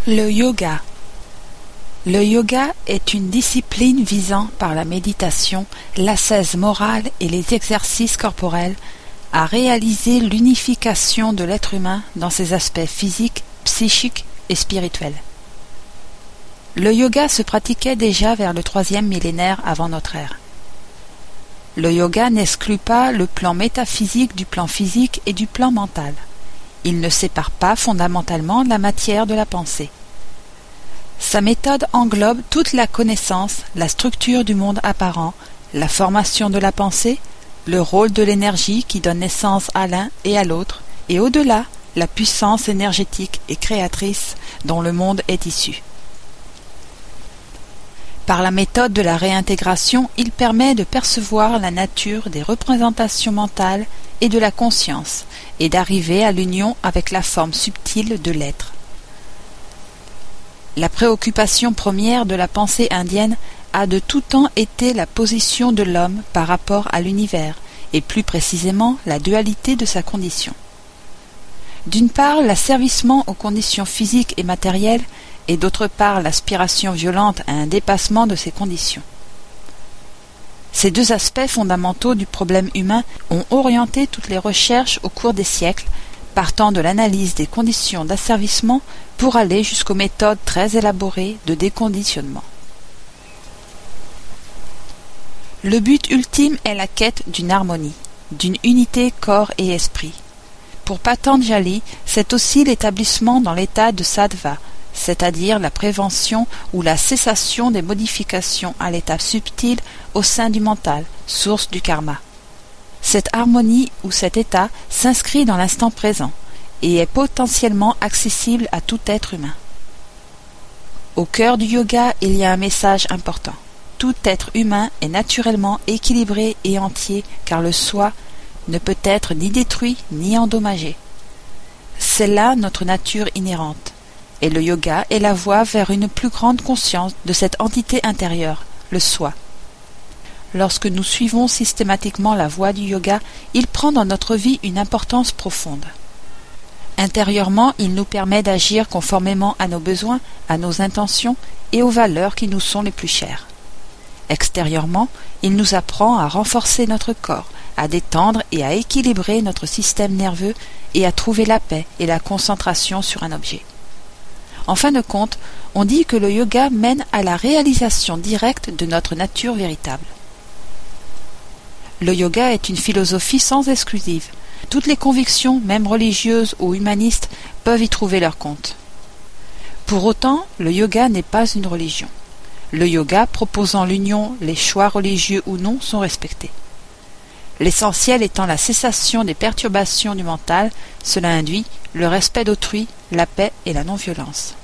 Le yoga. Le yoga est une discipline visant, par la méditation, l'ascèse morale et les exercices corporels, à réaliser l'unification de l'être humain dans ses aspects physiques, psychiques et spirituels. Le yoga se pratiquait déjà vers le 3e millénaire avant notre ère. Le yoga n'exclut pas le plan métaphysique du plan physique et du plan mental. Il ne sépare pas fondamentalement la matière de la pensée. Sa méthode englobe toute la connaissance, la structure du monde apparent, la formation de la pensée, le rôle de l'énergie qui donne naissance à l'un et à l'autre, et au-delà, la puissance énergétique et créatrice dont le monde est issu. Par la méthode de la réintégration, il permet de percevoir la nature des représentations mentales et de la conscience, et d'arriver à l'union avec la forme subtile de l'être. La préoccupation première de la pensée indienne a de tout temps été la position de l'homme par rapport à l'univers, et plus précisément la dualité de sa condition. D'une part, l'asservissement aux conditions physiques et matérielles, et d'autre part l'aspiration violente à un dépassement de ces conditions. Ces deux aspects fondamentaux du problème humain ont orienté toutes les recherches au cours des siècles, partant de l'analyse des conditions d'asservissement pour aller jusqu'aux méthodes très élaborées de déconditionnement. Le but ultime est la quête d'une harmonie, d'une unité corps et esprit. Pour Patanjali, c'est aussi l'établissement dans l'état de sattva, c'est-à-dire la prévention ou la cessation des modifications à l'état subtil au sein du mental, source du karma. Cette harmonie ou cet état s'inscrit dans l'instant présent et est potentiellement accessible à tout être humain. Au cœur du yoga, il y a un message important. Tout être humain est naturellement équilibré et entier car le soi ne peut être ni détruit ni endommagé. C'est là notre nature inhérente. Et le yoga est la voie vers une plus grande conscience de cette entité intérieure, le soi. Lorsque nous suivons systématiquement la voie du yoga, il prend dans notre vie une importance profonde. Intérieurement, il nous permet d'agir conformément à nos besoins, à nos intentions et aux valeurs qui nous sont les plus chères. Extérieurement, il nous apprend à renforcer notre corps, à détendre et à équilibrer notre système nerveux et à trouver la paix et la concentration sur un objet. En fin de compte, on dit que le yoga mène à la réalisation directe de notre nature véritable. Le yoga est une philosophie sans exclusive. Toutes les convictions, même religieuses ou humanistes, peuvent y trouver leur compte. Pour autant, le yoga n'est pas une religion. Le yoga proposant l'union, les choix religieux ou non sont respectés. L'essentiel étant la cessation des perturbations du mental, cela induit le respect d'autrui, la paix et la non-violence.